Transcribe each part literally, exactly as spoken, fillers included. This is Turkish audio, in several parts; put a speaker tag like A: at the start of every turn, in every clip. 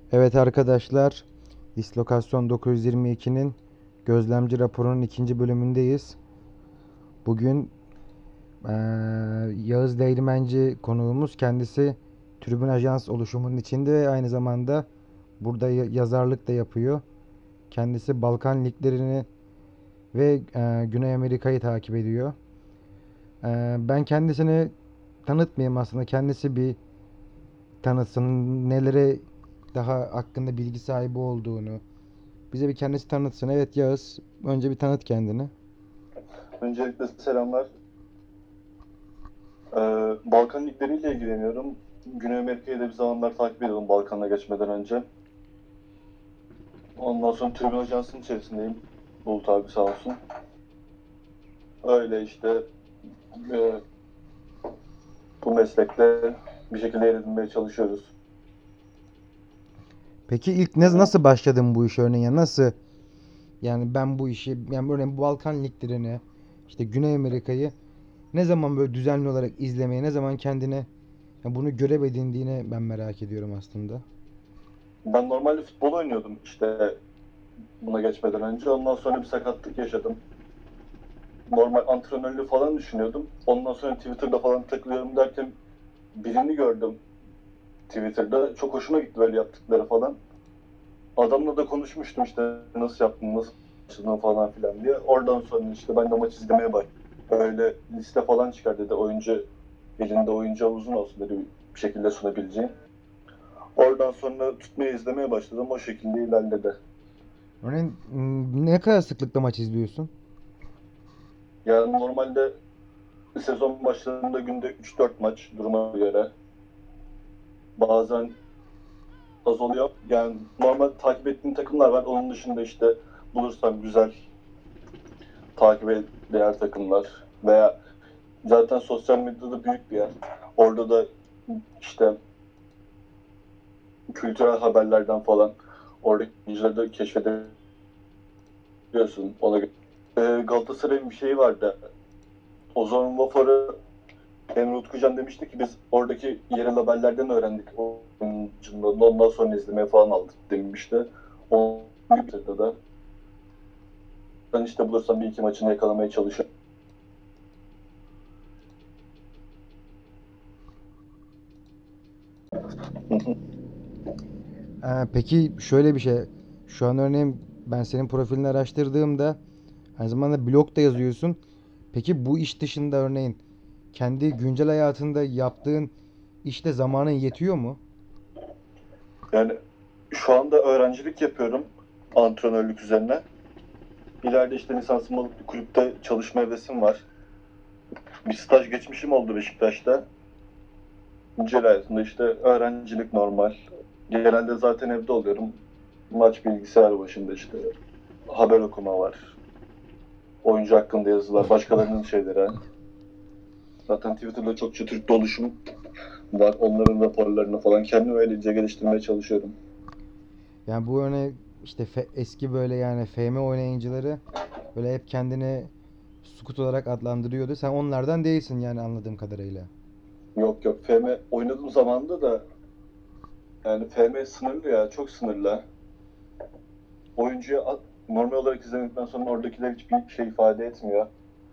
A: Evet arkadaşlar, Dislokasyon dokuz yüz yirmi ikinin gözlemci raporunun ikinci bölümündeyiz. Bugün eee, Yağız Değirmenci konuğumuz. Kendisi Tribün Ajans oluşumunun içinde ve aynı zamanda burada ya- yazarlık da yapıyor. Kendisi Balkan liglerini ve eee, Güney Amerika'yı takip ediyor. Eee, ben kendisini tanıtmayayım aslında. Kendisi bir tanıtsın, nelere daha hakkında bilgi sahibi olduğunu. Bize bir kendisi tanıtsın. Evet Yağız, önce bir tanıt kendini.
B: Öncelikle selamlar. Ee, Balkan ligleriyle ilgileniyorum. Güney Amerika'yı da bir zamanlar takip ediyordum Balkan'a geçmeden önce. Ondan sonra Tribün Ajansı'nın içerisindeyim. Bulut abi sağ olsun. Öyle işte e, bu meslekle bir şekilde yer edinmeye çalışıyoruz.
A: Peki ilk ne, nasıl başladın bu iş örneğin? Nasıl yani ben bu işi yani örneğin Balkan liglerini işte Güney Amerika'yı ne zaman böyle düzenli olarak izlemeye ne zaman kendine ya bunu görev edindiğini ben merak ediyorum aslında.
B: Ben normalde futbol oynuyordum işte buna geçmeden önce. Ondan sonra bir sakatlık yaşadım. Normal antrenörlüğü falan düşünüyordum. Ondan sonra Twitter'da falan takılıyorum derken birini gördüm Twitter'da. Çok hoşuma gitti böyle yaptıkları falan. Adamla da konuşmuştum işte nasıl yaptın, nasıl başladın falan filan diye. Oradan sonra işte ben de maç izlemeye başladım. Böyle liste falan çıkar dedi. Oyuncu elinde oyuncu havuzun olsun dedi bir şekilde sunabileceğim. Oradan sonra tutmaya izlemeye başladım. O şekilde ilerledi.
A: Örneğin m, ne kadar sıklıkla maç izliyorsun?
B: Yani normalde sezon başlarında günde üç dört maç duruma göre. Bazen az oluyor. Yani normal takip ettiğim takımlar var. Onun dışında işte bulursam güzel takip et değer takımlar veya zaten sosyal medyada büyük bir yer. Orada da işte kültürel haberlerden falan oradaki oyuncuları da keşfedebiliyorsun. Ona göre. Ee, Galatasaray'ın bir şeyi vardı. Ozan Vafar'ı Emre Utkucan demişti ki biz oradaki yerel haberlerden öğrendik oyuncunun. Ondan sonra izlemeye falan aldık demişti. Onun gibi da ben işte bulursam bir iki maçını yakalamaya çalışıyorum.
A: Ee, peki şöyle bir şey. Şu an örneğin ben senin profilini araştırdığımda aynı zamanda blog da yazıyorsun. Peki bu iş dışında örneğin kendi güncel hayatında yaptığın işte zamanın yetiyor mu?
B: Yani şu anda öğrencilik yapıyorum antrenörlük üzerine. İleride işte lisansımı alıp bir kulüpte çalışma hevesim var. Bir staj geçmişim oldu Beşiktaş'ta. Güncel hayatımda işte öğrencilik normal. Genelde zaten evde oluyorum. Maç bilgisayar başında işte haber okuma var. Oyuncu hakkında yazılar, başkalarının şeyleri. Zaten Twitter'da çokça Türk doluşum var. Onların raporlarını falan kendimi öylece geliştirmeye çalışıyorum.
A: Yani bu örneğin işte fe- eski böyle yani F M oynayıcıları böyle hep kendini Scout olarak adlandırıyordu. Sen onlardan değilsin yani anladığım kadarıyla.
B: Yok yok F M oynadığım zamanda da yani F M sınırlı ya çok sınırlı. Oyuncuyu normal olarak izledikten sonra oradakiler hiçbir şey ifade etmiyor.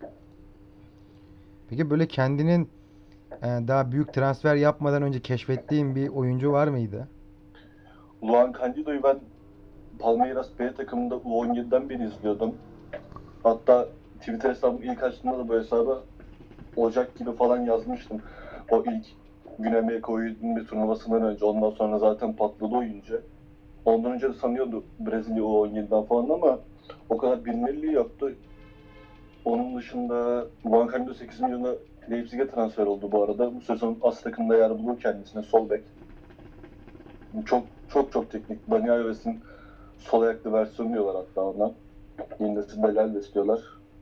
A: Peki böyle kendinin e, daha büyük transfer yapmadan önce keşfettiğin bir oyuncu var mıydı?
B: Luan Candido'yu ben Palmeiras B takımında U on yediden beri izliyordum. Hatta Twitter hesabımı ilk açtığımda da bu hesabı Ocak gibi falan yazmıştım. O ilk Güney Amerika oyunun bir turnuvasından önce. Ondan sonra zaten patladı oyuncu. Ondan önce de sanıyordu Brezilya U on yediden falan ama o kadar bilinirliği yoktu. Onun dışında Luan Candido sekiz milyona Leipzig'e transfer oldu bu arada. Bu sezon as takımda yer bulur kendisine sol bek. Çok çok çok teknik. Dani Alves'in sol ayaklı versiyonu diyorlar hatta ona. Yeni nesil Belal istiyorlar.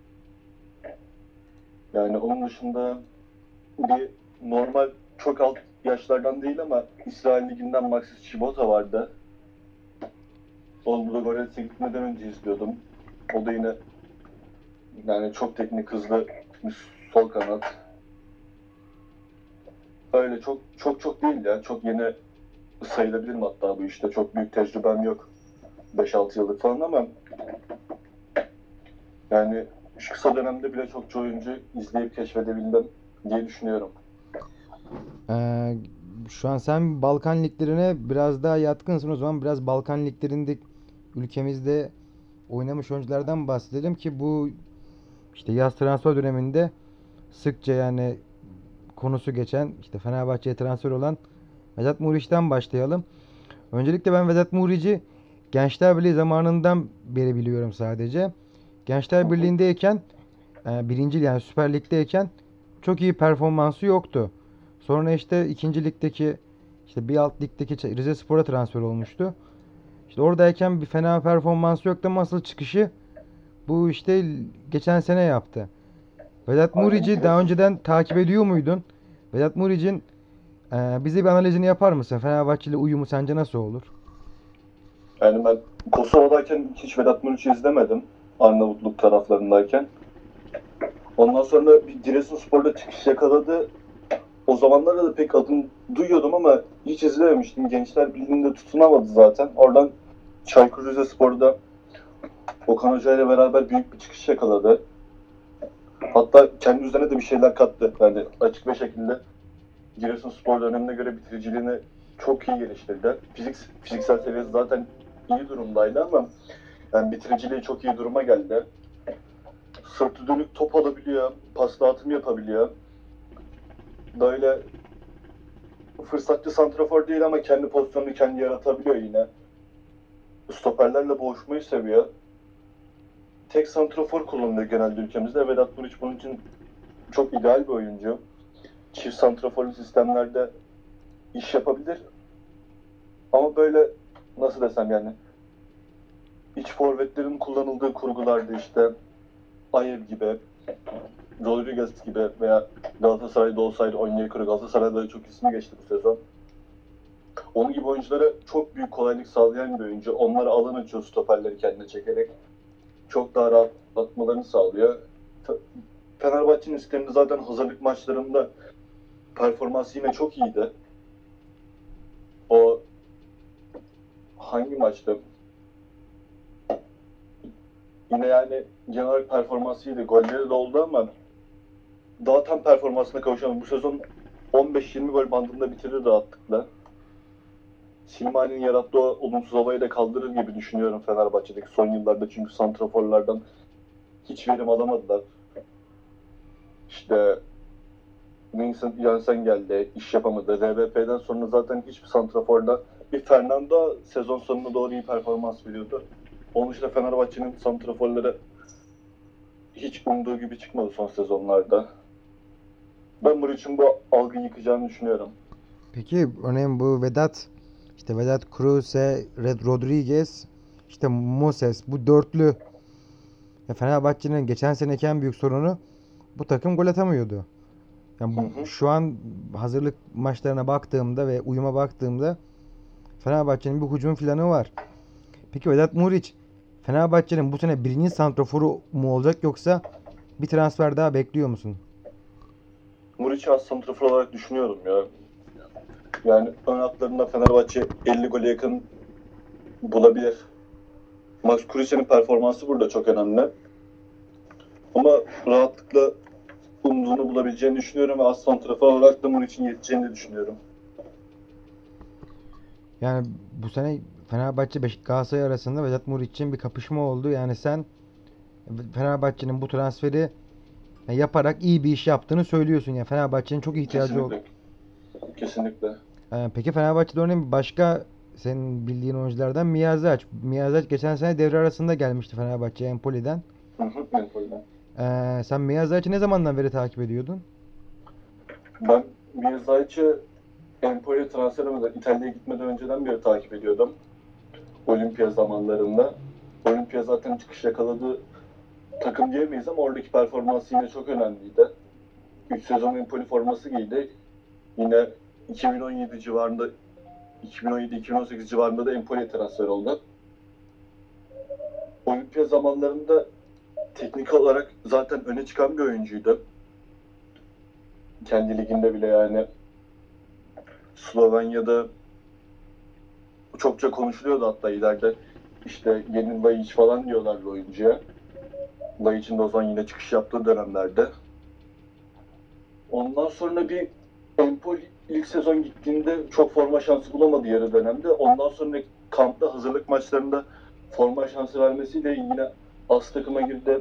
B: Yani onun dışında bir normal çok alt yaşlardan değil ama İsrail Ligi'nden Maxis Chibota vardı. Onu da Goretz'e gitmeden önce izliyordum. O da yine yani çok teknik hızlı bir sol kanat. Öyle çok çok çok değil ya. Çok yeni sayılabilirim hatta bu işte. Çok büyük tecrübem yok. beş altı yıllık falan ama yani şu kısa dönemde bile çokça oyuncu izleyip keşfedebildim diye düşünüyorum.
A: Ee, Şu an sen Balkan liglerine biraz daha yatkınsın. O zaman biraz Balkan liglerinde ülkemizde oynamış oyunculardan bahsedelim ki bu işte yaz transfer döneminde sıkça yani konusu geçen işte Fenerbahçe'ye transfer olan Vedat Muriç'ten başlayalım. Öncelikle ben Vedat Muriç'i Gençler Birliği zamanından beri biliyorum sadece.
B: Hı
A: Gençler
B: hı.
A: Birliği'ndeyken e, birinci yani Süper Lig'deyken çok iyi performansı yoktu. Sonra işte ikinci ligdeki işte bir alt ligdeki Rizespor'a transfer olmuştu. İşte oradayken bir fena performansı yoktu ama asıl çıkışı bu işte geçen sene yaptı. Vedat
B: Aynen
A: Muriç'i daha
B: Giresun.
A: önceden takip ediyor muydun? Vedat Muriç'in e, bize bir analizini yapar mısın? Fenerbahçe ile uyumu sence nasıl olur?
B: Yani ben Kosova'dayken hiç Vedat Muriç'i izlemedim. Arnavutluk taraflarındayken. Ondan sonra bir Giresunspor'da çıkış yakaladı. O zamanlarda da pek adını duyuyordum ama hiç izlememiştim. Gençler Birliği'nde tutunamadı zaten. Oradan Çaykur Rizespor'da Okan Hoca ile beraber büyük bir çıkış yakaladı. Hatta kendi üzerine de bir şeyler kattı. Yani açık bir şekilde Giresunspor dönemine göre bitiriciliğini çok iyi geliştirdi. Fizik, fiziksel seviyesi zaten iyi durumdaydı ama yani bitiriciliği çok iyi duruma geldi. Sırtı dönük top alabiliyor, pas dağıtım yapabiliyor. Böyle fırsatçı santrafor değil ama kendi pozisyonunu kendi yaratabiliyor yine. Stoperlerle boğuşmayı seviyor. Tek santrafor kullanılıyor genelde ülkemizde. Vedat Muriç bunun için çok ideal bir oyuncu. Çift santraforlu sistemlerde iş yapabilir. Ama böyle nasıl desem yani iç forvetlerin kullanıldığı kurgularda işte Ayev gibi, Rodriguez gibi veya Galatasaray'da olsaydı Onyekuru, Galatasaray'da çok ismi geçti bu sezon. Onun gibi oyunculara çok büyük kolaylık sağlayan bir oyuncu. Onları alan açıyor stoperleri kendine çekerek. Çok daha rahat atmalarını sağlıyor. Fenerbahçe'nin sisteminde zaten hazırlık maçlarında performansı yine çok iyiydi. O hangi maçtı? Yine yani genel olarak performansı iyiydi. Golleri de oldu ama daha tam performansına kavuşamadı. Bu sezon on beş yirmi gol bandında bitirir rahatlıkla. Silmani'nin yarattığı o olumsuz havayı da kaldırır gibi düşünüyorum Fenerbahçe'deki son yıllarda. Çünkü santraforlardan hiç verim alamadılar. İşte Vincent Janssen geldi, iş yapamadı. R B P'den sonra zaten hiçbir santraforda bir Fernando sezon sonuna doğru iyi performans veriyordu. Onun dışında Fenerbahçe'nin santraforları hiç umduğu gibi çıkmadı son sezonlarda. Ben bunun için bu algıyı yıkacağını düşünüyorum.
A: Peki örneğin bu Vedat işte Vedat Kruse, Red Rodriguez, işte Moses bu dörtlü ya Fenerbahçe'nin geçen seneki en büyük sorunu bu takım gol atamıyordu.
B: Hı
A: Yani
B: hı.
A: şu an hazırlık maçlarına baktığımda ve uyuma baktığımda Fenerbahçe'nin bir hücum planı var. Peki Vedat Muriç Fenerbahçe'nin bu sene birinci santraforu mu olacak yoksa bir transfer daha bekliyor musun?
B: Muriç'i az santrafor olarak düşünüyorum ya. Yani ön hatlarında Fenerbahçe elli gole yakın bulabilir. Max Kruse'nin performansı burada çok önemli. Ama rahatlıkla umduğunu bulabileceğini düşünüyorum ve az santrafor olarak da Muriç'in yeteceğini de düşünüyorum.
A: Yani bu sene Fenerbahçe Beşiktaş Galatasaray arasında Vedat Muriç için bir kapışma oldu. Yani sen Fenerbahçe'nin bu transferi yaparak iyi bir iş yaptığını söylüyorsun. Yani Fenerbahçe'nin çok ihtiyacı oldu.
B: Kesinlikle. Kesinlikle.
A: Ee, peki Fenerbahçe'de örneğin başka senin bildiğin oyunculardan Miyazaç. Miyazaç geçen sene devre arasında gelmişti Fenerbahçe Empoli'den.
B: Hı hı. Empoli'den.
A: Ee, sen Miyazaç'ı ne zamandan beri takip ediyordun?
B: Ben Mirzaiç'i Empoli transfer olmadan İtalya'ya gitmeden önceden beri takip ediyordum. Olimpiya zamanlarında. Olimpiya zaten çıkış yakaladığı takım diyemeyiz ama oradaki performansı yine çok önemliydi. üç sezon Empoli forması giydi. Yine iki bin on yedi civarında iki bin on yedi iki bin on sekiz civarında da Empoli'ye transfer oldu. Olimpiya zamanlarında teknik olarak zaten öne çıkan bir oyuncuydu. Kendi liginde bile yani Slovenya'da çokça konuşuluyordu hatta ileride. İşte yeni Laiç falan diyorlardı oyuncuya. Laiç'in de o zaman yine çıkış yaptığı dönemlerde. Ondan sonra bir Empoli ilk sezon gittiğinde çok forma şansı bulamadı yarı dönemde. Ondan sonra kampta hazırlık maçlarında forma şansı vermesiyle yine as takıma girdi.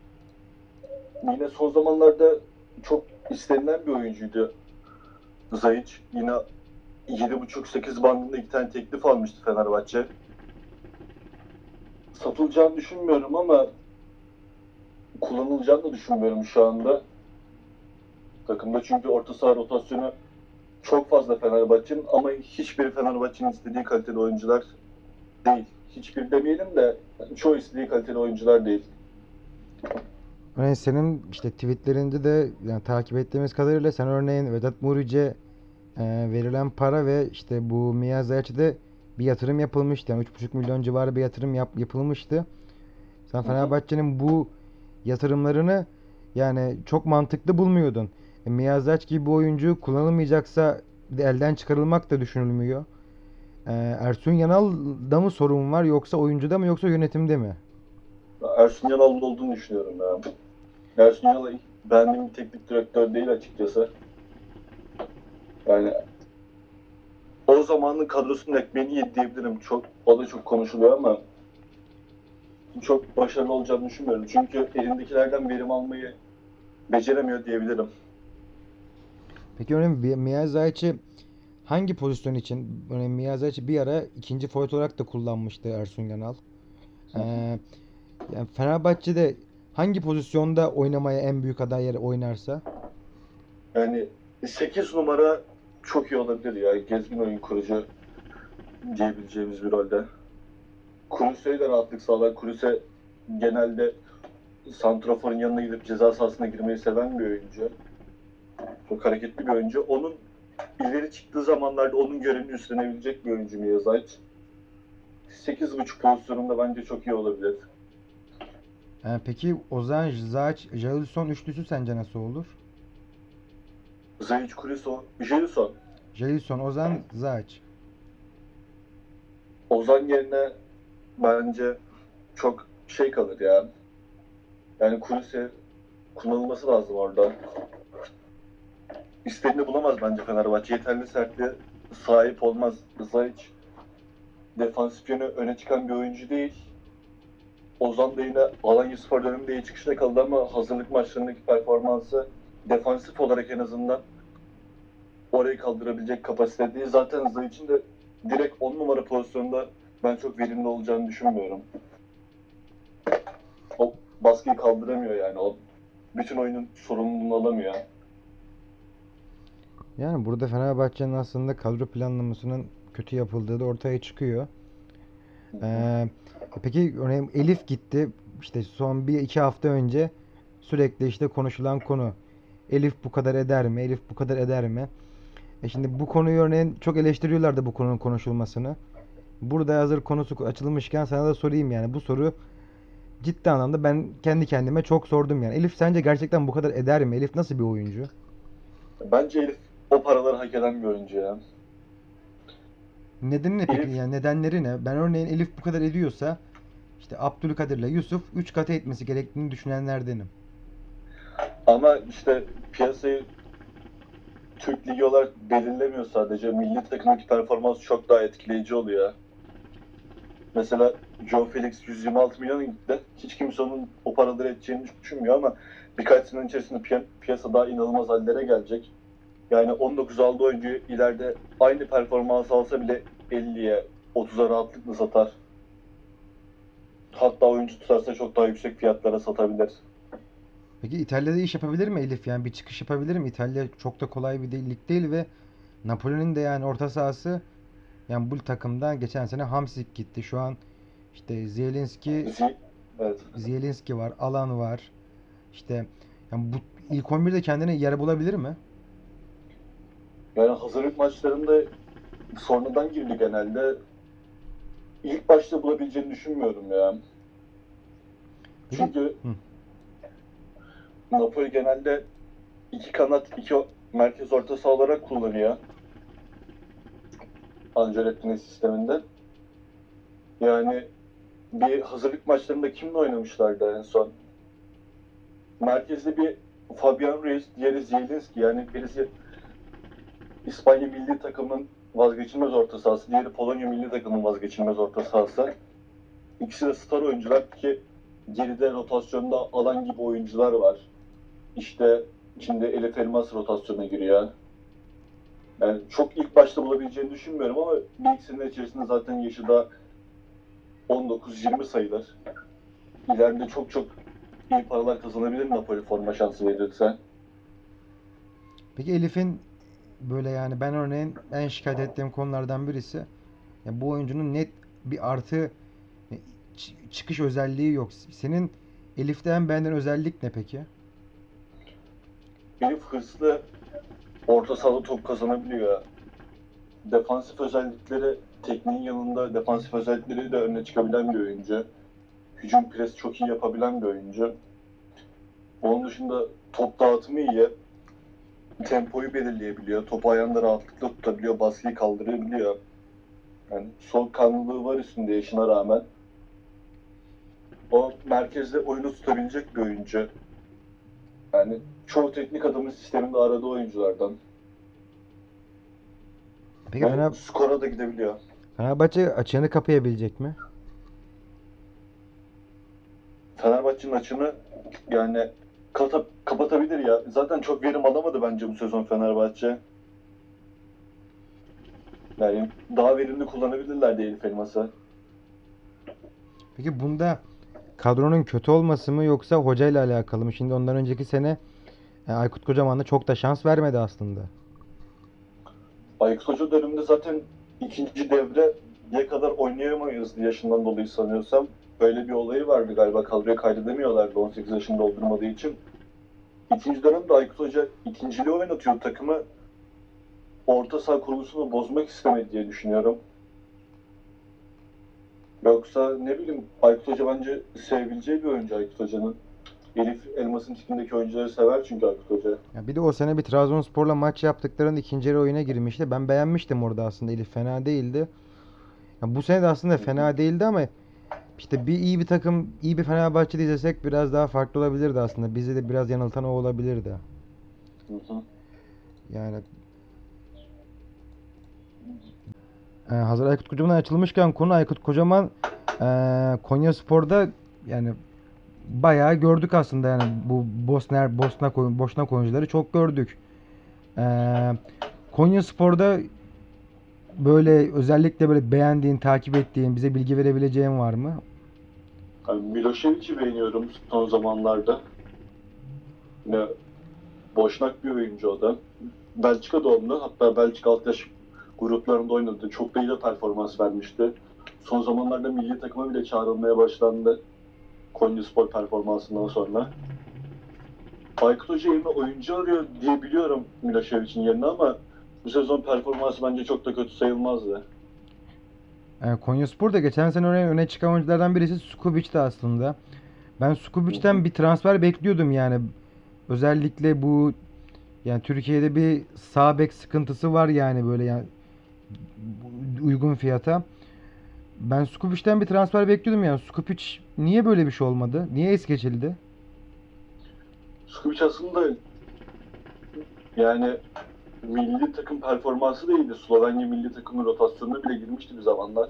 B: Yine son zamanlarda çok istenilen bir oyuncuydu Zayç. Yine yedi buçuk sekiz bandında iki tane teklif almıştı Fenerbahçe. Satılacağını düşünmüyorum ama kullanılacağını da düşünmüyorum şu anda. Takımda çünkü orta saha rotasyonu çok fazla Fenerbahçe'nin ama hiçbiri Fenerbahçe'nin istediği kaliteli oyuncular değil. Hiçbir demeyelim de çoğu istediği kaliteli oyuncular değil.
A: Örneğin senin işte tweetlerinde de yani takip ettiğimiz kadarıyla sen örneğin Vedat Muriç'e e, verilen para ve işte bu Miyazaki'de bir yatırım yapılmıştı. Yani üç buçuk milyon civarı bir yatırım yap, yapılmıştı. Sen
B: Hı hı.
A: Fenerbahçe'nin bu yatırımlarını yani çok mantıklı bulmuyordun. E, Miyazaki gibi bir oyuncu kullanılmayacaksa elden çıkarılmak da düşünülmüyor. E, Ersun Yanal'da mı sorun var yoksa oyuncuda mı yoksa yönetimde mi?
B: Ersun Yanal'ın olduğunu düşünüyorum ya. Ersun Yanal beğendiğim bir teknik direktör değil açıkçası. Yani o zamanın kadrosunun ekmeğini yedi diyebilirim. Çok, o da çok konuşuluyor ama çok başarılı olacağını düşünmüyorum. Çünkü elindekilerden verim almayı beceremiyor diyebilirim.
A: Peki örneğin Bir- Miyazaki hangi pozisyon için? Örneğin Miyazaki bir ara ikinci forvet olarak da kullanmıştı Ersun Yanal. Ee, yani Fenerbahçe'de hangi pozisyonda oynamaya en büyük aday yer oynarsa?
B: Yani sekiz numara çok iyi olabilir ya. Gezgin oyun kurucu diyebileceğimiz bir rolde. Kuruse'ye de rahatlık sağlar. Kuruse genelde santraforun yanına gidip ceza sahasına girmeyi seven bir oyuncu. Çok hareketli bir oyuncu. Onun ileri çıktığı zamanlarda onun görevini üstlenebilecek bir oyuncu Miyazait. sekiz buçuk pozisyonunda bence çok iyi olabilir.
A: Ee, peki Ozan, Zaç, Jailson üçlüsü sence nasıl olur?
B: Zayıf Kuriso, Jelson.
A: Jailson, Ozan, Zaç.
B: Ozan yerine bence çok şey kalır ya. Yani Kurise kullanılması lazım orada. İstediğini bulamaz bence Fenerbahçe. Yeterli sertliğe sahip olmaz. Zayıf defansif yönü öne çıkan bir oyuncu değil. Ozan da yine Alanyaspor döneminde iyi çıkışta kaldı ama hazırlık maçlarındaki performansı defansif olarak en azından orayı kaldırabilecek kapasite değil. Zaten Zayic'in de direkt on numara pozisyonda ben çok verimli olacağını düşünmüyorum. O baskıyı kaldıramıyor yani. O bütün oyunun sorumluluğunu alamıyor.
A: Yani burada Fenerbahçe'nin aslında kadro planlamasının kötü yapıldığı da ortaya çıkıyor. Ee, peki örneğin Elif gitti. İşte son bir iki hafta önce sürekli işte konuşulan konu. Elif bu kadar eder mi? Elif bu kadar eder mi? E şimdi bu konuyu örneğin çok eleştiriyorlardı bu konunun konuşulmasını. Burada hazır konusu açılmışken sana da sorayım yani bu soru ciddi anlamda ben kendi kendime çok sordum yani. Elif sence gerçekten bu kadar eder mi? Elif nasıl bir oyuncu?
B: Bence Elif o paraları hak eden bir oyuncu ya.
A: Nedeni ne peki?
B: Elif
A: Yani nedenleri ne? Ben örneğin Elif bu kadar ediyorsa işte Abdülkadir'le Yusuf üç katı etmesi gerektiğini düşünenlerdenim.
B: ama işte piyasayı Türk Ligi olarak belirlemiyor sadece. Milli takımdaki performans çok daha etkileyici oluyor. Mesela Joe Felix yüz yirmi altı milyon gitti. Hiç kimse onun o paraları edeceğini düşünmüyor ama birkaç sene içerisinde piy- piyasa daha inanılmaz hallere gelecek. Yani on dokuz aldığı oyuncu ileride aynı performans alsa bile elliye, otuza rahatlıkla satar. Hatta oyuncu tutarsa çok daha yüksek fiyatlara satabilir.
A: Peki İtalya'da iş yapabilir mi Elif? Yani bir çıkış yapabilir mi? İtalya çok da kolay bir de- lig değil ve Napoli'nin de yani orta sahası yani bu takımda geçen sene Hamsik gitti. Şu an işte Zielinski
B: Zi- Evet.
A: Zielinski var, Alan var. İşte yani bu ilk on birde kendine yer bulabilir mi?
B: Yani hazırlık maçlarında sonradan girdi genelde. İlk başta bulabileceğini düşünmüyorum ya.
A: Peki
B: Çünkü
A: hı.
B: Napoli genelde iki kanat, iki merkez orta saha olarak kullanıyor Ancelotti'nin sisteminde. Yani bir hazırlık maçlarında kimle oynamışlardı en son? Merkezde bir Fabian Ruiz, diğeri Zielinski. Yani birisi İspanya milli takımının vazgeçilmez orta sahası, diğeri Polonya milli takımının vazgeçilmez orta sahası. İkisi de star oyuncular ki geride rotasyonda alan gibi oyuncular var. İşte şimdi Elif Elmas rotasyona giriyor. Yani çok ilk başta bulabileceğini düşünmüyorum ama bir iki sene içerisinde zaten yaşı da on dokuz yirmi sayılır. İleride çok çok iyi paralar kazanabilir Napoli forma şansı verirse.
A: Peki Elif'in böyle yani ben örneğin en şikayet ettiğim konulardan birisi ya bu oyuncunun net bir artı e, ç- çıkış özelliği yok. Senin Elif'te en beğendiğin özellik ne peki?
B: Elif hırslı, orta sahada top kazanabiliyor. Defansif özellikleri, tekniğin yanında defansif özellikleri de öne çıkabilen bir oyuncu. Hücum pres çok iyi yapabilen bir oyuncu. Onun dışında top dağıtımı iyi. Tempoyu belirleyebiliyor. Topu ayağında rahatlıkla tutabiliyor. Baskıyı kaldırabiliyor. Yani soğukkanlılığı var üstünde yaşına rağmen. O merkezde oyunu tutabilecek bir oyuncu. Yani çoğu teknik adamın sisteminde aradığı oyunculardan.
A: Peki
B: Ve
A: Fener
B: skora da gidebiliyor.
A: Fenerbahçe açığını kapayabilecek mi?
B: Fenerbahçe'nin açığını yani kata- kapatabilir ya. Zaten çok verim alamadı bence bu sezon Fenerbahçe. Yani daha verimli kullanabilirler diye Elif Elmas'ı.
A: Peki bunda kadronun kötü olması mı yoksa hocayla alakalı mı? Şimdi ondan önceki sene e, Aykut Kocaman da çok da şans vermedi aslında.
B: Aykut Hoca döneminde zaten ikinci devreye kadar oynayamayız yaşından dolayı sanıyorsam. Böyle bir olayı vardı galiba. Kadroya kaydedemiyorlardı on sekiz yaşını doldurmadığı için. İkinci dönemde Aykut Hoca ikinciliği oynatıyor takımı. Orta saha kurgusunu bozmak istemedi diye düşünüyorum. Yoksa ne bileyim Aykut Hoca bence sevebileceği bir oyuncu Aykut Hoca'nın. Elif Elmas'ın tipindeki oyuncuları sever çünkü Aykut Hoca.
A: Ya bir de o sene bir Trabzonspor'la maç yaptıklarında ikinci yarı oyuna girmişti. Ben beğenmiştim orada aslında. Elif fena değildi. Ya bu sene de aslında
B: Hı hı.
A: fena değildi ama işte bir iyi bir takım, iyi bir Fenerbahçe'de izlesek biraz daha farklı olabilirdi aslında. Bizi de biraz yanıltan o olabilirdi.
B: Hı hı.
A: Yani e, hazır Aykut Kocaman'dan açılmışken konu Aykut Kocaman e, Konyaspor'da yani bayağı gördük aslında yani bu Bosner Bosna Boşnak oyuncuları çok gördük. E, Konyaspor'da böyle özellikle böyle beğendiğin, takip ettiğin, bize bilgi verebileceğin var mı?
B: Yani Milošević'i beğeniyorum son zamanlarda. Yine boşnak bir oyuncu o da. Belçika doğumlu. Hatta Belçika alt yaş gruplarında oynadı. Çok da iyi de performans vermişti. Son zamanlarda milli takıma bile çağrılmaya başlandı. Konyaspor performansından sonra. Aykut Hoca yerine oyuncu arıyor diye biliyorum Milošević'in yerine ama bu sezon performansı bence çok da kötü sayılmazdı.
A: E, Konyaspor'da geçen sene oraya öne çıkan oyunculardan birisi Skubic'ti aslında. Ben
B: Hı hı.
A: Skubic'ten bir transfer bekliyordum yani. Özellikle bu yani Türkiye'de bir sağ bek sıkıntısı var yani böyle yani uygun fiyata. Ben Skubic'ten bir transfer bekliyordum yani. Skubic niye böyle bir şey olmadı? Niye es geçildi?
B: Skubic aslında yani milli takım performansı da iyiydi. Slovenya milli takımın rotasyonuna bile girmişti bir zamanlar.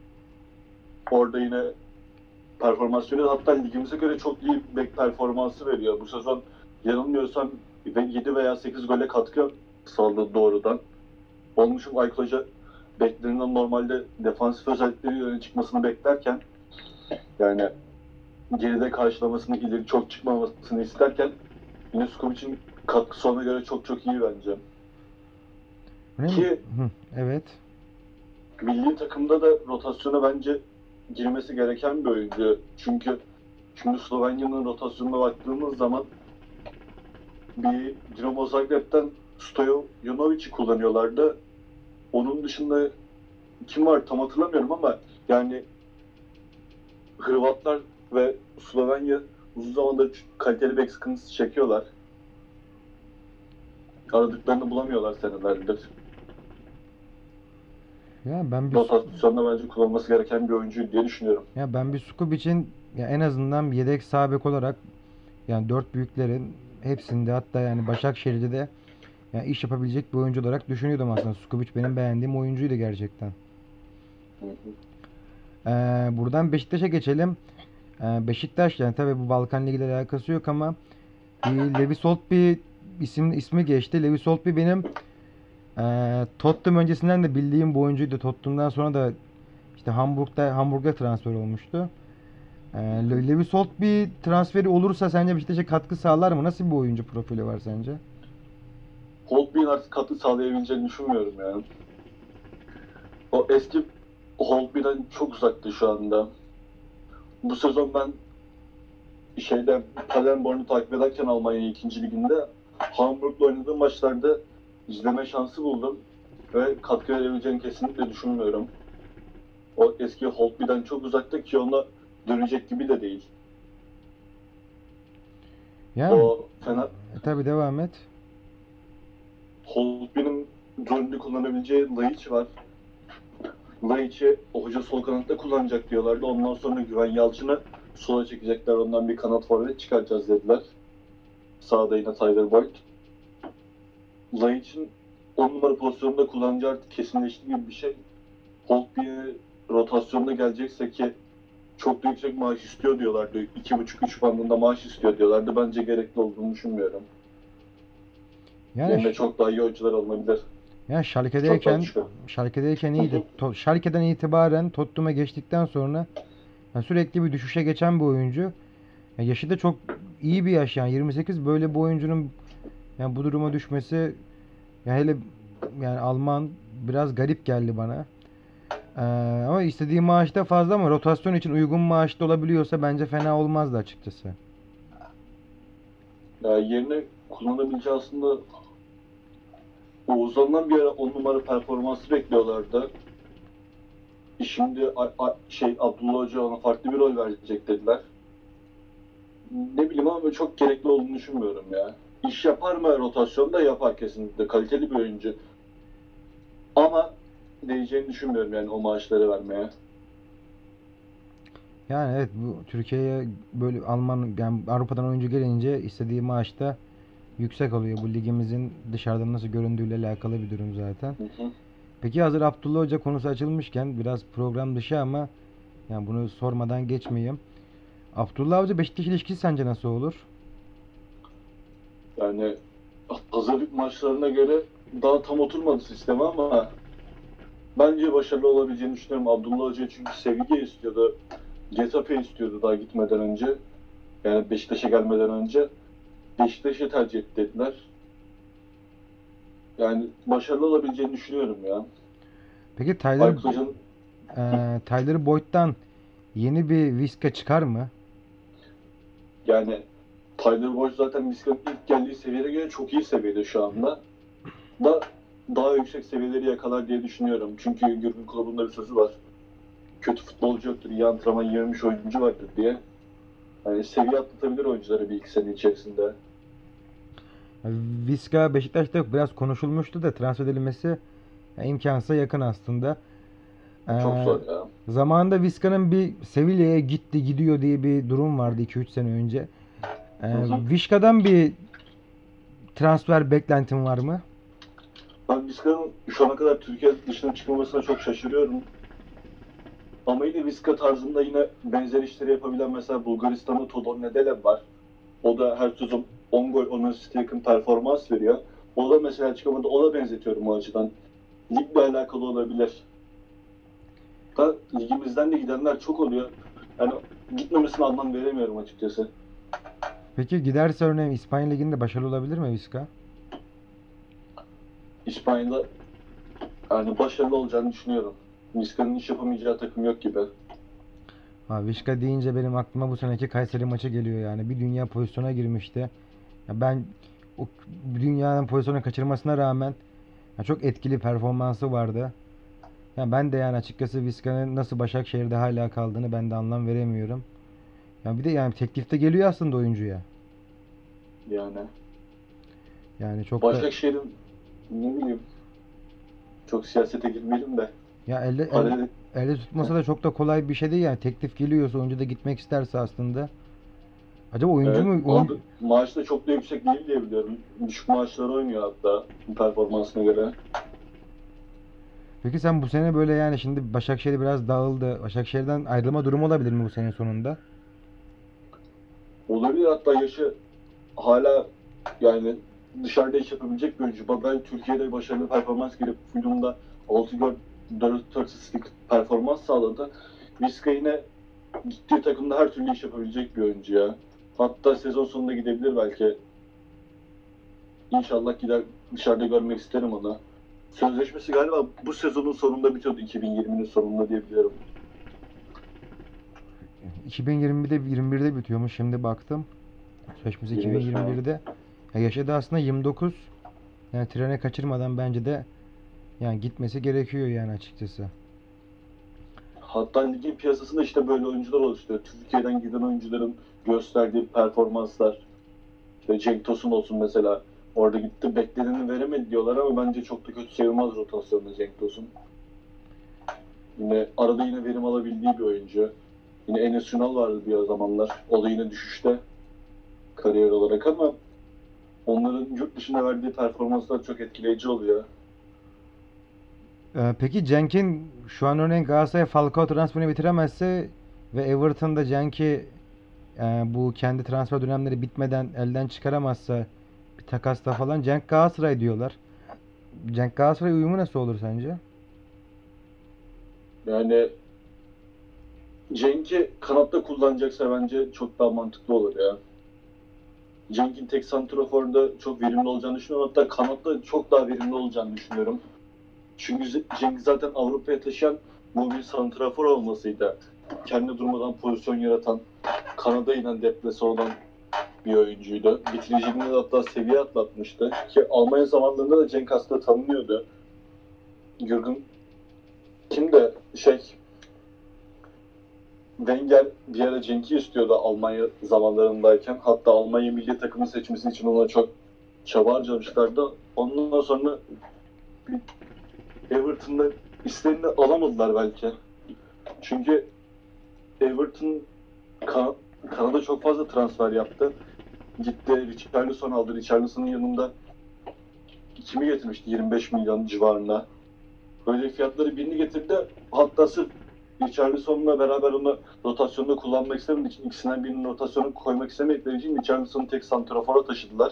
B: Orada yine performans veriyor. Hatta ligimize göre çok iyi bek performansı veriyor. Bu sezon yanılmıyorsam yedi veya sekiz gole katkı sağladı doğrudan. Onun için Aykut Hoca beklerinden normalde defansif özellikleri öne çıkmasını beklerken yani geride karşılamasını, ileri çok çıkmamasını isterken yine Skubic'in katkısı ona göre çok çok iyi bence.
A: Öyle mi?
B: Ki
A: Hı, evet.
B: milli takımda da rotasyona bence girmesi gereken bir oyuncu. Çünkü şimdi Slovenya'nın rotasyonuna baktığımız zaman bir Dinamo Zagreb'den Stojanovic'i kullanıyorlardı. Onun dışında kim var tam hatırlamıyorum ama yani Hırvatlar ve Slovenya uzun zamandır kaliteli bek sıkıntısı çekiyorlar. Aradıklarını bulamıyorlar senelerdir.
A: Ya ben bir
B: Rotasyonda bence kullanılması gereken bir oyuncu diye düşünüyorum.
A: ya ben bir Skupic'in ya en azından bir yedek sağ bek olarak yani dört büyüklerin hepsinde, hatta yani Başakşehir'de de yani iş yapabilecek bir oyuncu olarak düşünüyordum aslında. Skubic benim beğendiğim oyuncuydu gerçekten.
B: Hı hı.
A: Ee, buradan Beşiktaş'a geçelim. Ee, Beşiktaş yani tabii bu Balkan Ligi ile alakası yok ama bir Levis Holtby isim ismi geçti. Levis Holtby benim ee, Tottenham öncesinden de bildiğim bu oyuncuydu. Tottenham'dan sonra da işte Hamburg'da Hamburg'a transfer olmuştu. Ee, Le- Lewis Holtby transferi olursa sence Beşiktaş'a katkı sağlar mı? Nasıl bir oyuncu profili var sence?
B: Holtby'nin artık katkı sağlayabileceğini düşünmüyorum ya. O eski Holtby'den çok uzaktı şu anda. Bu sezon ben şeyde Paderborn'u takip ederken Almanya ikinci liginde Hamburg'la oynadığım maçlarda izleme şansı buldum ve katkı verebileceğini kesinlikle düşünmüyorum. O eski Holtby'den çok uzakta ki ona dönecek gibi de değil.
A: Yani
B: O fena
A: e, tabii devam et.
B: Holtby'nin rolünü kullanabileceği Laiç var. Laiç'i hoca sol kanatta kullanacak diyorlardı. Ondan sonra Güven Yalçın'ı sola çekecekler. Ondan bir kanat forvet çıkaracağız dediler. Sağda yine Tyler Boyd. Laiç'in on numara pozisyonunda kullanacağı artık kesinleşti gibi bir şey. Holtby'ye rotasyonda gelecekse ki çok da yüksek maaş istiyor diyorlardı. iki buçuk üç bandında maaş istiyor diyorlardı. Bence gerekli olduğunu düşünmüyorum.
A: Yani
B: Yerine
A: ş-
B: çok daha iyi oyuncular alınabilir.
A: yani
B: Çok daha
A: Schalke'deyken
B: düşük.
A: Schalke'deyken
B: Hı
A: iyiydi.
B: hı.
A: To- Schalke'den itibaren Tottenham'a geçtikten sonra yani sürekli bir düşüşe geçen bir oyuncu. Ya yaşı da çok iyi bir yaş yani yirmi sekiz, böyle bir oyuncunun yani bu duruma düşmesi ya hele yani Alman biraz garip geldi bana. Ee, ama istediği maaş da fazla ama rotasyon için uygun maaşta olabiliyorsa bence fena olmazdı açıkçası.
B: Yani yerine kullanabileceği aslında Oğuzhan'dan bir ara on numara performansı bekliyorlardı. Şimdi a- a- şey Abdullah Hoca ona farklı bir rol verecek dediler. Ne bileyim ama çok gerekli olduğunu düşünmüyorum ya. İş yapar mı rotasyonda? Yapar kesinlikle. Kaliteli bir oyuncu. Ama değeceğini düşünmüyorum yani o maaşları vermeye.
A: Yani evet, bu Türkiye'ye böyle Alman yani Avrupa'dan oyuncu gelince istediği maaş da yüksek oluyor. Bu ligimizin dışarıdan nasıl göründüğüyle alakalı bir durum zaten.
B: Hı hı.
A: Peki hazır Abdullah Hoca konusu açılmışken biraz program dışı ama yani bunu sormadan geçmeyeyim. Abdullah Hoca Beşiktaş ilişkisi sence nasıl olur?
B: Yani hazırlık maçlarına göre daha tam oturmadı sistemi ama bence başarılı olabileceğini düşünüyorum. Abdullah Hoca çünkü Sevilla istiyordu. Getafe istiyordu daha gitmeden önce. Yani Beşiktaş'a gelmeden önce. Beşiktaş'ı tercih etti dediler. Yani başarılı olabileceğini düşünüyorum ya.
A: Peki Tyler
B: Aykut Hoca'nın
A: eee Tyler Boyd'dan yeni bir Viska çıkar mı?
B: yani Tyler Boyd zaten Vizca'nın ilk geldiği seviyeye göre çok iyi seviyede şu anda. Da daha yüksek seviyeleri yakalar diye düşünüyorum. Çünkü Gürgen Klopp'un bir sözü var. Kötü futbolcu yoktur, iyi antrenman yememiş oyuncu vardır diye. Yani seviye atlatabilir oyuncuları bir iki sene içerisinde.
A: Viska Beşiktaş'ta biraz konuşulmuştu da transfer edilmesi ya, imkansıza yakın aslında.
B: Çok
A: Ee,
B: zor ya.
A: zamanında Vizca'nın bir Sevilla'ya gitti gidiyor diye bir durum vardı iki üç sene önce.
B: Hı
A: Ee,
B: hı.
A: Vizca'dan bir transfer beklentin var mı?
B: Ben Vizca'nın şu ana kadar Türkiye dışına çıkmamasına çok şaşırıyorum. Ama yine Vizca tarzında yine benzer işleri yapabilen mesela Bulgaristan'da Todor Nedelev var. O da her sezon on gol on asiste yakın performans veriyor. O da mesela çıkamadı. O da benzetiyorum o açıdan. Ligle alakalı olabilir. Da ligimizden de gidenler çok oluyor. Yani gitmemesine anlam veremiyorum açıkçası.
A: Peki giderse örneğin İspanya Ligi'nde başarılı olabilir mi Vizca?
B: İspanya'da yani başarılı olacağını düşünüyorum. Vizca'nın iş yapamayacağı takım yok gibi.
A: Ha, Vizca deyince benim aklıma bu seneki Kayseri maçı geliyor yani. Bir dünya pozisyona girmişti. Ya ben o dünyanın pozisyonu kaçırmasına rağmen ya çok etkili performansı vardı. Ya ben de yani açıkçası Vizca'nın nasıl Başakşehir'de hala kaldığını ben de anlam veremiyorum. Ya bir de yani teklifte geliyor aslında oyuncuya.
B: Yani
A: Yani çok da
B: Başakşehir'in ne bileyim çok siyasete girmeyelim de.
A: Ya elde, el,
B: Paralel,
A: elde tutmasa da çok da kolay bir şey değil yani. Teklif geliyorsa oyuncu da gitmek isterse aslında. Acaba oyuncu
B: evet,
A: mu oyun
B: aldı, maaş da çok da yüksek değil diye biliyorum. Düşük maaşları oynuyor hatta performansına göre.
A: Peki sen bu sene böyle yani şimdi Başakşehir biraz dağıldı. Başakşehir'den ayrılma durumu olabilir mi bu sene sonunda?
B: Olabilir, hatta yaşı hala yani dışarıda iş yapabilecek bir oyuncu. Ben Türkiye'de başarılı performans girip Fulham'da altı gol dört asistlik performans sağladı. Vizca yine gittiği takımda her türlü iş yapabilecek bir oyuncu ya. Hatta sezon sonunda gidebilir belki. İnşallah gider, dışarıda görmek isterim onu. Sözleşmesi galiba bu sezonun sonunda bitiyordu, iki bin yirminin sonunda diyebiliyorum.
A: iki bin yirmide yirmi birde bitiyormuş şimdi baktım. Sözleşmesi
B: yirmi şu an.
A: iki bin yirmi birde. Ya yaşı da aslında yirmi dokuz. Yani trene kaçırmadan bence de yani gitmesi gerekiyor yani açıkçası.
B: Hatta ligin piyasasında işte böyle oyuncular oluştu. Türkiye'den giden oyuncuların gösterdiği performanslar. İşte Cenk Tosun olsun mesela. Orada gitti, beklediğini veremedi diyorlar ama bence çok da kötü sayılmaz rotasyonda Cenk Tosun. Yine arada yine verim alabildiği bir oyuncu. Yine Enes Ünal vardı bir zamanlar. O da yine düşüşte kariyer olarak ama onların yurt dışında verdiği performanslar çok etkileyici oluyor.
A: Ee, peki Cenk'in şu an örneğin Galatasaray Falcao transferini bitiremezse ve Everton'da Cenk'i e, bu kendi transfer dönemleri bitmeden elden çıkaramazsa bir takasla falan Cenk Galatasaray diyorlar. Cenk Galatasaray uyumu nasıl olur sence?
B: Yani Cenk'i kanatta kullanacaksa bence çok daha mantıklı olur ya. Cenk'in tek santraforda çok verimli olacağını düşünüyorum. Hatta kanatta çok daha verimli olacağını düşünüyorum. Çünkü Cenk zaten Avrupa'ya taşıyan mobil santrafor olmasıydı. Kendi durmadan pozisyon yaratan, kanada inen deplese olan bir oyuncuydu. Bitiriciliğinde de hatta seviye atlatmıştı. Ki Almanya zamanlarında da Cenk aslında tanınıyordu. Jürgen kim de şey Wenger bir ara Cenk'i istiyordu Almanya zamanlarındayken. Hatta Almanya milli takımı seçmesi için ona çok çaba harcamışlardı. Ondan sonra Everton'da istediğini alamadılar belki. Çünkü Everton kan Kanada çok fazla transfer yaptı. Gitti Richarlison aldı. Richarlison'un yanında kimi getirmişti? yirmi beş milyon civarında. Böyle fiyatları birini getirdi. Hatta sırf Richarlison'la beraber onu rotasyonda kullanmak istemediği için, ikisinden birinin rotasyonu koymak istemedikleri için Richarlison'u tek santrafora taşıdılar.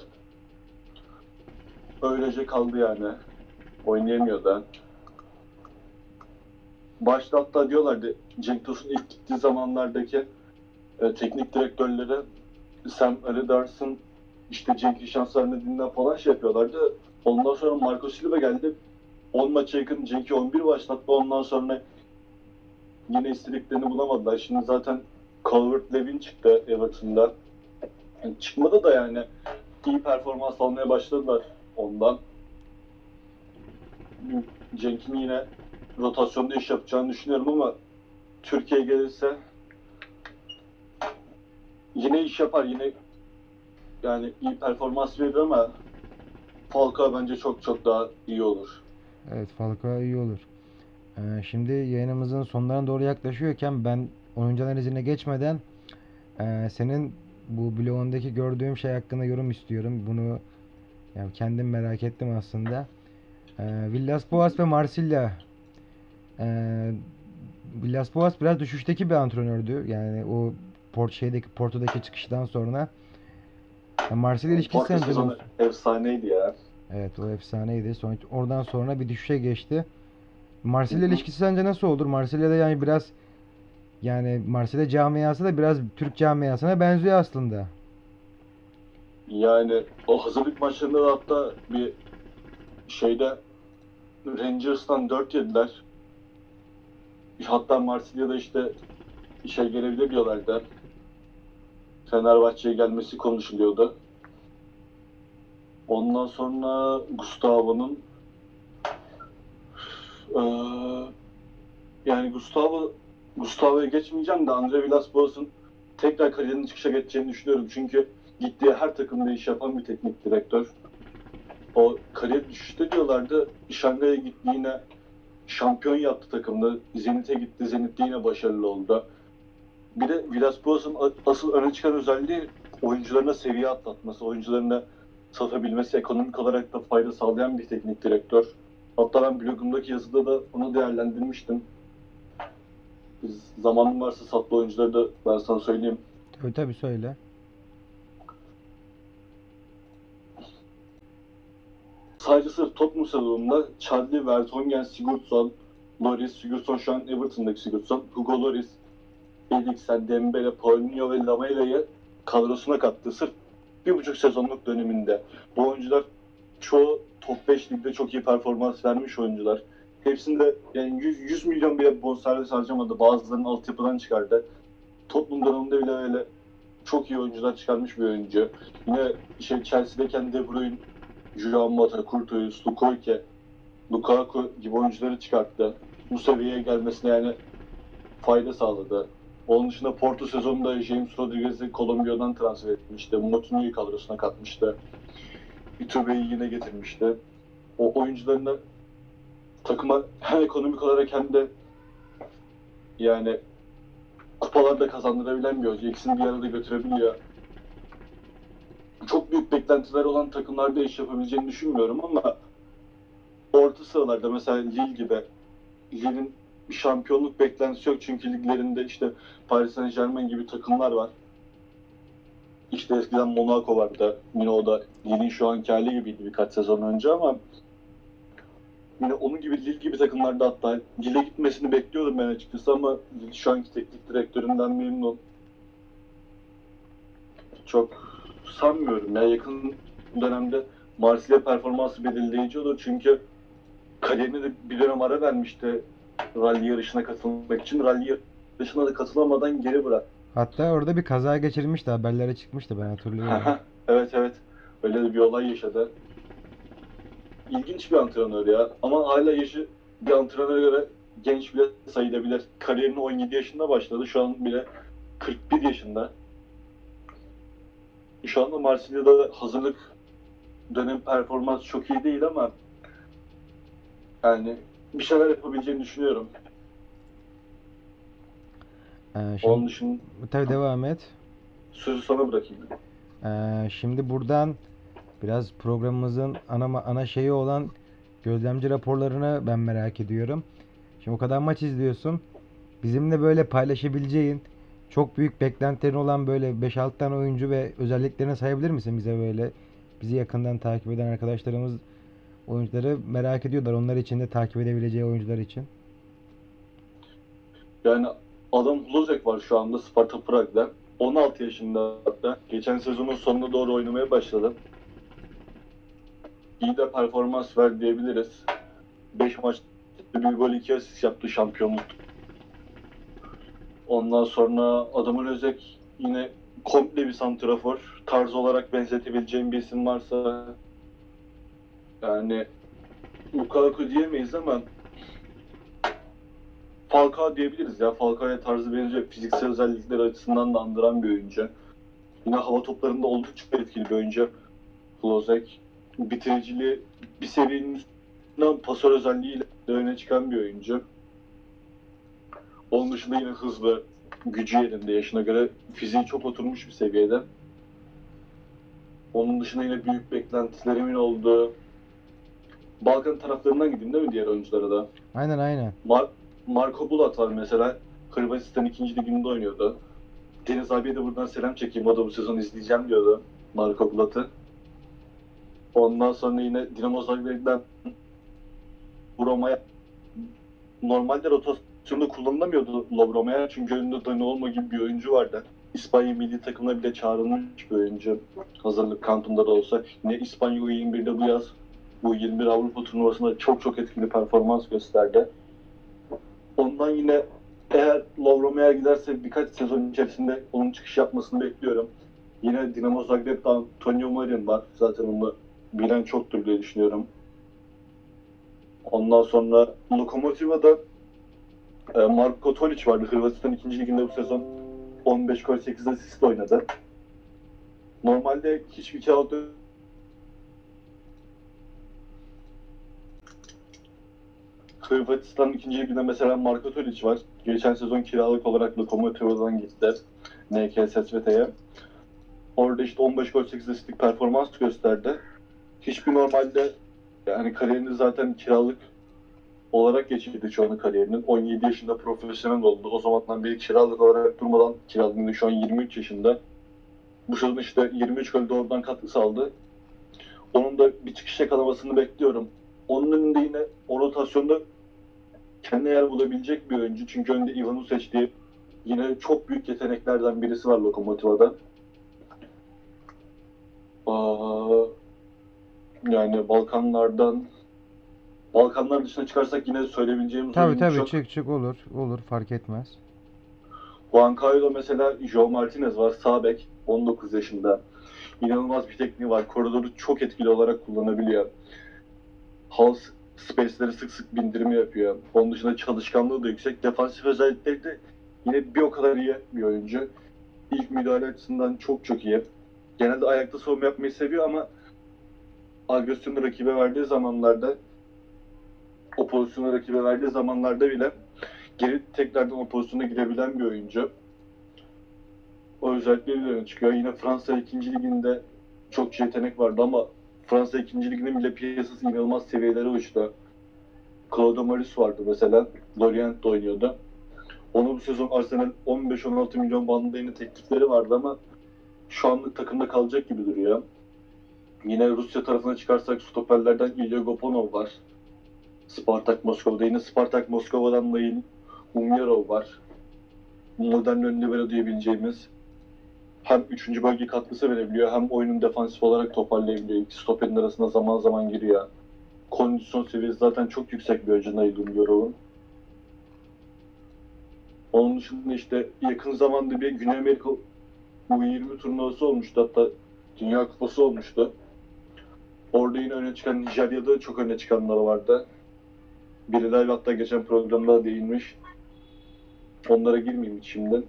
B: Öylece kaldı yani. Oynayamıyor da. Başta hatta diyorlardı Cenk Tosun ilk gittiği zamanlardaki e, teknik direktörleri Sam Allardyce'ın işte Cenk'in şans vermediğinden falan şey yapıyorlardı. Ondan sonra Marco Silva geldi. on maça yakın Cenk'i on bir başlattı. Ondan sonra yine istediklerini bulamadılar. Şimdi zaten Calvert-Lewin çıktı Everton'da. Yani çıkmadı da yani iyi performans almaya başladılar ondan. Cenk'in yine rotasyonda iş yapacağını düşünüyorum ama Türkiye'ye gelirse yine iş yapar. Yine yani iyi performans verir ama Falcao bence çok çok daha iyi olur.
A: Evet, Falcao iyi olur. Ee, şimdi yayınımızın sonlarına doğru yaklaşıyorken ben oyuncu analizine geçmeden e, senin bu blogundaki gördüğüm şey hakkında yorum istiyorum. Bunu yani kendim merak ettim aslında. Ee, Villas-Boas ve Marsilya. Ee, Villas-Boas biraz düşüşteki bir antrenördü. Yani o Port şeydeki Porto'daki çıkıştan sonra. Ya Marsilya
B: O
A: ilişkisi
B: Porto
A: sence
B: sezonu
A: nasıl?
B: efsaneydi ya.
A: Evet, o efsaneydi. Sonra oradan sonra bir düşüşe geçti.
B: Hı
A: Marsilya
B: hı.
A: ilişkisi sence nasıl olur? Marsilya'da yani biraz yani Marsilya camiası da biraz Türk camiasına benziyor aslında.
B: Yani o hazırlık maçlarında da hatta bir şeyde Rangers'tan dört yediler. Hatta Marsilya'da işte şey gelebilir diyorlardı. Fenerbahçe'ye gelmesi konuşuluyordu. Ondan sonra Gustavo'nun eee yani Gustavo Gustavo'ya geçmeyeceğim de Andre Villas-Boas'un tekrar kariyerinin çıkışa geçeceğini düşünüyorum. Çünkü gittiği her takımda iş yapan bir teknik direktör. O kariyer düşüşte diyorlardı. Şangay'a gitti, yine şampiyon yaptı takımda. Zenit'e gitti. Zenit'te yine başarılı oldu. Bir de Villas-Boas'un asıl öne çıkan özelliği oyuncularına seviye atlatması, oyuncularına satabilmesi, ekonomik olarak da fayda sağlayan bir teknik direktör. Hatta ben blogumdaki yazıda da onu değerlendirmiştim. Biz zamanın varsa sattığı oyuncuları da ben sana söyleyeyim.
A: Tabii tabii söyle.
B: Sadece sırf Tottenham sezonunda Chadli, Vertonghen, Sigurdsson, Loris, Sigurdsson şu an Everton'daki Sigurdsson, Hugo Loris, Eriksen, Dembele, Paulinho ve Lamela'yı kadrosuna kattı. Sırf bir buçuk sezonluk döneminde. Bu oyuncular çoğu top beş ligde çok iyi performans vermiş oyuncular. Hepsinde yani yüz, yüz milyon bile bonservis harcamadı. Bazılarının altyapıdan çıkardı. Tottenham döneminde bile öyle çok iyi oyuncular çıkarmış bir oyuncu. Yine şey Chelsea'deyken De Bruyne, Juan Mata, Courtois, Lukoke, Lukaku gibi oyuncuları çıkarttı. Bu seviyeye gelmesine yani fayda sağladı. Onun dışında Porto sezonunda James Rodriguez'i Kolombiya'dan transfer etmişti. Moutinho'yu kadrosuna katmıştı. Itube'yi yine getirmişti. O oyuncularını takıma hem ekonomik olarak hem de yani kupalarda kazandırabilen bir oyuncu. İkisini bir arada götürebiliyor. Çok büyük beklentiler olan takımlarda iş yapabileceğini düşünmüyorum ama orta sıralarda mesela Lille gibi, Lille'in bir şampiyonluk beklentisi yok çünkü liglerinde işte Paris Saint-Germain gibi takımlar var. İşte eskiden Monaco vardı. Yine o da Lille'in şu anki hali gibiydi birkaç sezon önce ama yine onun gibi Lille gibi takımlarda hatta Lille'e gitmesini bekliyordum ben açıkçası ama Lille şu anki teknik direktöründen memnun. Çok sanmıyorum ya yakın dönemde Marsilya performansı belirleyici olur çünkü kariyerine de bir dönem ara vermişti rally yarışına katılmak için. Rally yarışına da katılamadan geri bırak.
A: Hatta orada bir kaza geçirmişti, haberlere çıkmıştı, ben hatırlıyorum.
B: Evet evet. Öyle de bir olay yaşadı. İlginç bir antrenör ya. Ama hala yaşı bir antrenöre göre genç bile sayılabilir. Kariyerine on yedi yaşında başladı. Şu an bile kırk bir yaşında. Şu anda Marsilya'da hazırlık dönem performans çok iyi değil ama yani bir şeyler yapabileceğini düşünüyorum.
A: Ee, şimdi
B: Onun dışında
A: tabii devam et.
B: sözü sana bırakayım.
A: Ee, şimdi buradan biraz programımızın ana ana şeyi olan gözlemci raporlarını ben merak ediyorum. Şimdi o kadar maç izliyorsun. Bizimle böyle paylaşabileceğin çok büyük beklentilerin olan böyle beş altı tane oyuncu ve özelliklerini sayabilir misin bize böyle? Bizi yakından takip eden arkadaşlarımız oyuncuları merak ediyorlar. Onlar için de takip edebileceği oyuncular için.
B: Yani Adam Hluzek var şu anda Sparta Prag'da. on altı yaşında hatta. Geçen sezonun sonuna doğru oynamaya başladı. İyi de performans ver diyebiliriz. beş maçta bir gol iki asist yaptı şampiyonluk. Ondan sonra adamın Özek yine komple bir santrafor. Tarz olarak benzetebileceğim bir isim varsa yani Lukaku diyemeyiz ama Falcao diyebiliriz ya. Falcao'ya tarzı benziyor. Fiziksel özellikleri açısından da andıran bir oyuncu. Yine hava toplarında oldukça etkili bir oyuncu. Hlozek. Bitiriciliği bir seviyenin üstünden pasör özelliğiyle öne çıkan bir oyuncu. Onun dışında yine hızlı, gücü yerinde, yaşına göre fiziği çok oturmuş bir seviyede. Onun dışında yine büyük beklentilerimin olduğu Balkan taraflarından gideyim değil mi diğer oyunculara da?
A: Aynen aynen.
B: Mar Marko Bulat var mesela. Hırvatistan ikinci liginde oynuyordu. Deniz abiye de buradan selam çekeyim. O da bu sezon izleyeceğim diyordu Marko Bulat'ı. Ondan sonra yine Dinamo Zagreb'den bu Roma'ya normalde rotasyonda kullanılamıyordu Lovroma'ya çünkü önünde Dani Olmo gibi bir oyuncu vardı. İspanya milli takımına bile çağrılmış bir oyuncu. Hazırlık kampında da olsa. Yine İspanya U yirmi birde bu yaz bu yirmi bir Avrupa turnuvasında çok çok etkili performans gösterdi. Ondan yine eğer Lovroma'ya giderse birkaç sezon içerisinde onun çıkış yapmasını bekliyorum. Yine Dinamo Zagreb'de Antonio Marin var. Zaten onu bilen çoktur diye düşünüyorum. Ondan sonra Lokomotiva'da e, Marko Tolic vardı. Hırvatistan ikinci liginde bu sezon on beş gol sekiz asist oynadı. Normalde hiçbir kağıt Hırvatistan'ın ikinci liginde mesela Marko Tolić var. Geçen sezon kiralık olarak Lokomotiva'dan gitti. N K S S V T'ye. Orada işte on beş gol sekiz asistlik performans gösterdi. Hiçbir normalde yani kariyerini zaten kiralık olarak geçirdi çoğunu kariyerinin. on yedi yaşında profesyonel oldu. O zamandan beri kiralık olarak durmadan kiralık. Şu an yirmi üç yaşında. Bu sezon işte yirmi üç gol doğrudan katkı sağladı. Onun da bir çıkış yakalamasını bekliyorum. Onun önünde yine o rotasyonda kendine yer bulabilecek bir oyuncu. Çünkü önünde Ivan Usic diye yine çok büyük yeteneklerden birisi var Lokomotiva'da. Aa, yani Balkanlardan Balkanlar dışına çıkarsak yine söyleyebileceğimiz
A: Tabii
B: oyuncu
A: tabii
B: çok.
A: çık çık olur. Olur fark etmez.
B: Huancayo'da mesela João Martinez var. Sağ bek. on dokuz yaşında. İnanılmaz bir tekniği var. Koridoru çok etkili olarak kullanabiliyor. Half space'leri sık sık bindirme yapıyor. Onun dışında çalışkanlığı da yüksek. Defansif özellikleri de yine bir o kadar iyi bir oyuncu. İlk müdahale açısından çok çok iyi. Genelde ayakta savunma yapmayı seviyor ama agresyonu rakibe verdiği zamanlarda o pozisyonu rakibe verdiği zamanlarda bile geri tekrardan o pozisyona girebilen bir oyuncu. O özellikleri de öne çıkıyor. Yine Fransa ikinci liginde çok yetenek vardı ama Fransa ikinci liginin bile piyasası inanılmaz seviyelere uçtu. Claude Maris vardı mesela. Lorient'te oynuyordu. Onu bu sezon Arsenal on beş on altı milyon bandında yine teklifleri vardı ama şu anlık takımda kalacak gibi duruyor. Yine Rusya tarafına çıkarsak stoperlerden Ilya Gopunov var. Spartak Moskova'da. Yine Spartak Moskova'dan Nail Umyarov var. Modern ön libero diyebileceğimiz hem üçüncü bölge katkısı verebiliyor hem oyunun defansif olarak toparlayabiliyor. İki stoperin arasında zaman zaman giriyor. Kondisyon seviyesi zaten çok yüksek bir oyuncu Nail Umyarov'un. Onun dışında işte yakın zamanda bir Güney Amerika U yirmi turnuvası olmuştu. Hatta Dünya Kupası olmuştu. Orada yine öne çıkan Nijerya'da çok öne çıkanlar vardı. Birileri hatta geçen programda değinmiş. Onlara girmeyeyim hiç şimdi.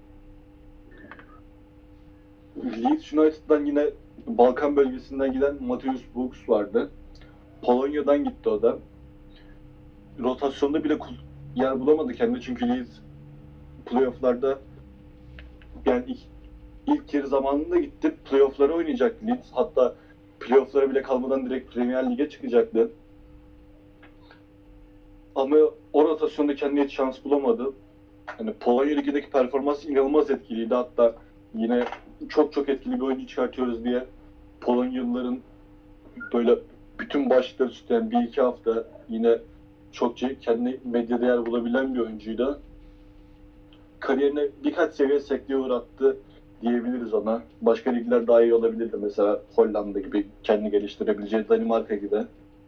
B: Leeds United'dan yine Balkan bölgesinden giden Mateusz Buks vardı. Polonya'dan gitti o da. Rotasyonda bile yer bulamadı kendine çünkü Leeds playoff'larda yani ilk, ilk yarı zamanında gitti. Playoff'lara oynayacaktı Leeds. Hatta playoff'lara bile kalmadan direkt Premier Lig'e çıkacaktı. Ama o rotasyonda kendine hiç şans bulamadı. Yani Polonya Ligi'ndeki performans inanılmaz etkiliydi. Hatta yine çok çok etkili bir oyuncu çıkartıyoruz diye Polonyalıların böyle bütün başlıkları tutan bir iki hafta yine çok kendi medyada yer bulabilen bir oyuncuydu. Kariyerine birkaç seviye sekteye uğrattı diyebiliriz ona. Başka ligler daha iyi olabilirdi. Mesela Hollanda gibi kendini geliştirebileceği, Danimarka gibi.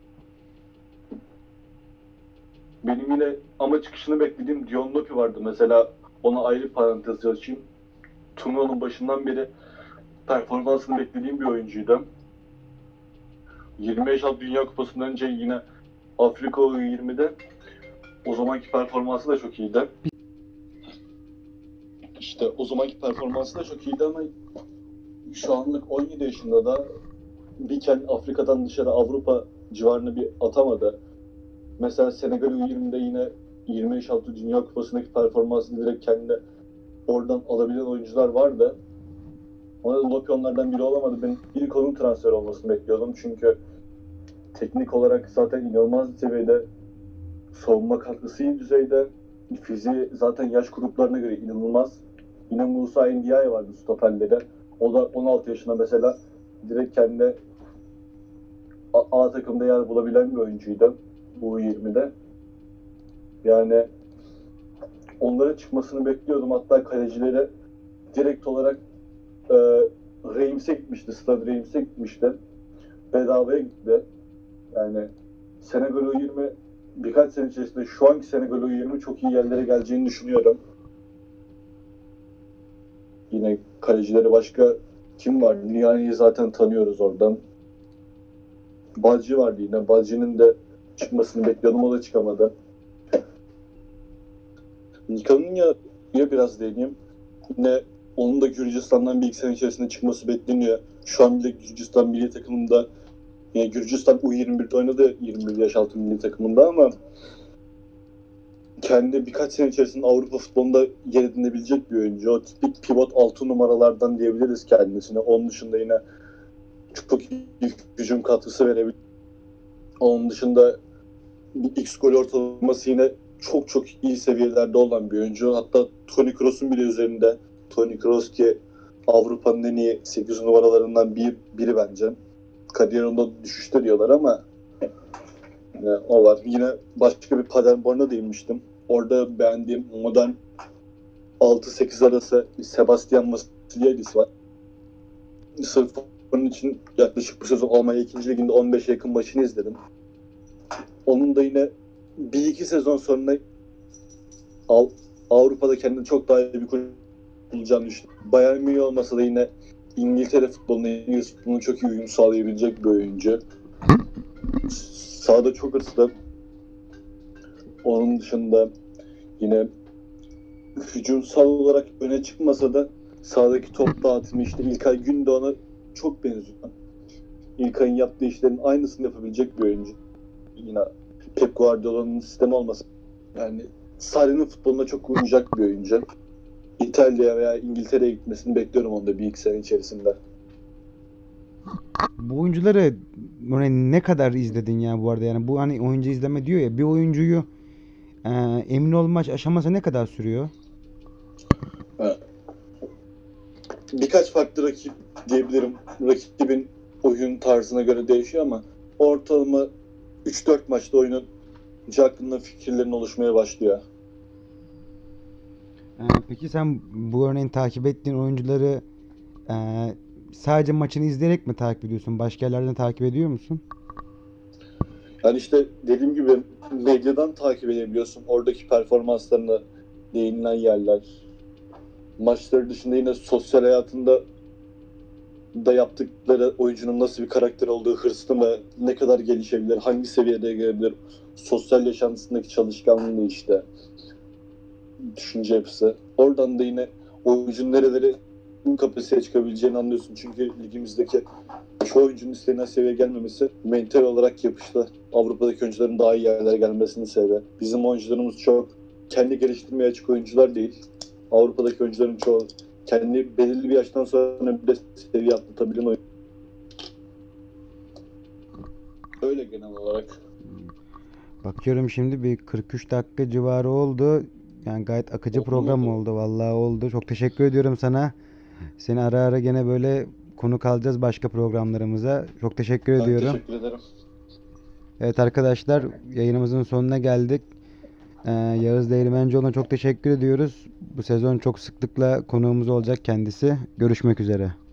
B: Benim yine ama çıkışını beklediğim Dion Lopi vardı. Mesela ona ayrı bir parantez açayım. Turnuvanın başından beri performansını beklediğim bir oyuncuydu. yirmi beş alt Dünya Kupası'ndan önce yine Afrika U yirmide o zamanki performansı da çok iyiydi. İşte o zamanki performansı da çok iyiydi ama şu anlık on yedi yaşında da birken Afrika'dan dışarı Avrupa civarını bir atamadı. Mesela Senegal U yirmide yine yirmi beş altı Dünya Kupası'ndaki performansını direkt kendine oradan alabilen oyuncular vardı. Ona da Lopi onlardan biri olamadı. Ben ilk onun transfer olmasını bekliyordum. Çünkü teknik olarak zaten inanılmaz bir seviyede, savunma katkısı iyi düzeyde. Fiziği zaten yaş gruplarına göre inanılmaz. Yine Musa Ndiaye vardı stoperleri. O da on altı yaşında mesela direkt kendine A, A takımda yer bulabilen bir oyuncuydu U yirmide. Yani onların çıkmasını bekliyordum. Hatta kalecileri direkt olarak e, Reims'e gitmişti. Stade Reims'e gitmişti. Bedavaya gitti. Yani Senegal U yirmi birkaç sene içerisinde şu anki Senegal U yirmi çok iyi yerlere geleceğini düşünüyorum. Yine kalecileri başka kim var? Nihan'ı zaten tanıyoruz oradan. Balcı vardı yine. Balcı'nın da çıkmasını bekliyordum. O da çıkamadı. Nikolia'ya biraz değineyim. Yine onun da Gürcistan'dan bir iki sene içerisinde çıkması bekleniyor. Şu an bile Gürcistan milli takımında, yani Gürcistan U yirmi birde oynadı, yirmi bir yaş altı milli takımında ama kendi birkaç sene içerisinde Avrupa futbolunda yer edinebilecek bir oyuncu. O tipik pivot altı numaralardan diyebiliriz kendisine. Onun dışında yine çok iyi hücum katkısı verebilir. Onun dışında X gol ortalaması yine çok çok iyi seviyelerde olan bir oyuncu. Hatta Toni Kroos'un bile üzerinde. Toni Kroos ki Avrupa'nın en iyi sekiz numaralarından bir, biri bence. Kariyerinde düşüşte diyorlar ama yani o var. Yine başka bir Paderborn'a değinmiştim. Orada beğendiğim modern altı sekiz arası Sebastian Vassiliadis var. Sırf onun için yaklaşık bu sezon Almanya ikinci Ligi'nde on beşe yakın maçını izledim. Onun da yine bir iki sezon sonra Avrupa'da kendini çok daha iyi bir kulüp bulacağını düşünüyorum. Bayern Münih olmasa da yine İngiltere futboluna, İngiliz futboluna çok iyi uyum sağlayabilecek bir oyuncu. Sahada çok hırslı. Onun dışında yine hücumsal olarak öne çıkmasa da sahadaki top dağıtımı işte İlkay Gündoğan'a çok benziyor. İlkay'ın yaptığı işlerin aynısını yapabilecek bir oyuncu. Yine Pep Guardiola'nın sistemi olmasa yani Sarri'nin futboluna çok uyacak bir oyuncu. İtalya'ya veya İngiltere'ye gitmesini bekliyorum onda bir iki sene içerisinde.
A: Bu oyuncuları böyle ne kadar izledin ya bu arada, yani bu hani oyuncu izleme diyor ya, bir oyuncuyu e, emin olma aşaması ne kadar sürüyor?
B: Evet. Birkaç farklı rakip diyebilirim. Rakibin oyun tarzına göre değişiyor ama ortalama üç dört maçta oyunun hakkında fikirlerin oluşmaya başlıyor.
A: E, peki sen bu örneğin takip ettiğin oyuncuları e, sadece maçını izleyerek mi takip ediyorsun? Başka yerlerden takip ediyor musun?
B: Yani işte dediğim gibi medyadan takip edebiliyorsun. Oradaki performanslarına değinilen yerler. Maçları dışında yine sosyal hayatında da yaptıkları oyuncunun nasıl bir karakter olduğu, hırslı mı, ne kadar gelişebilir, hangi seviyede gelebilir, sosyal yaşantısındaki çalışkanlığı işte, düşünce yapısı. Oradan da yine oyuncunun nereleri kapasiteye çıkabileceğini anlıyorsun. Çünkü ligimizdeki çoğu oyuncunun istenilen seviyeye gelmemesi mental olarak yapıştı. Avrupa'daki oyuncuların daha iyi yerlere gelmesinin sebebi. Bizim oyuncularımız çok kendi geliştirmeye açık oyuncular değil. Avrupa'daki oyuncuların çoğu kendi belirli bir yaştan sonra bir seviye atlatabilen oyuncu. Öyle genel olarak.
A: Bakıyorum şimdi bir kırk üç dakika civarı oldu. Yani gayet akıcı program
B: Oldu.
A: oldu. Vallahi oldu. Çok teşekkür ediyorum sana. Seni ara ara gene böyle konuk alacağız başka programlarımıza. Çok teşekkür
B: Ben
A: ediyorum.
B: teşekkür ederim.
A: Evet arkadaşlar, yayınımızın sonuna geldik. Ee, Yağız Değirmencioğlu'na çok teşekkür ediyoruz. Bu sezon çok sıklıkla konuğumuz olacak kendisi. Görüşmek üzere.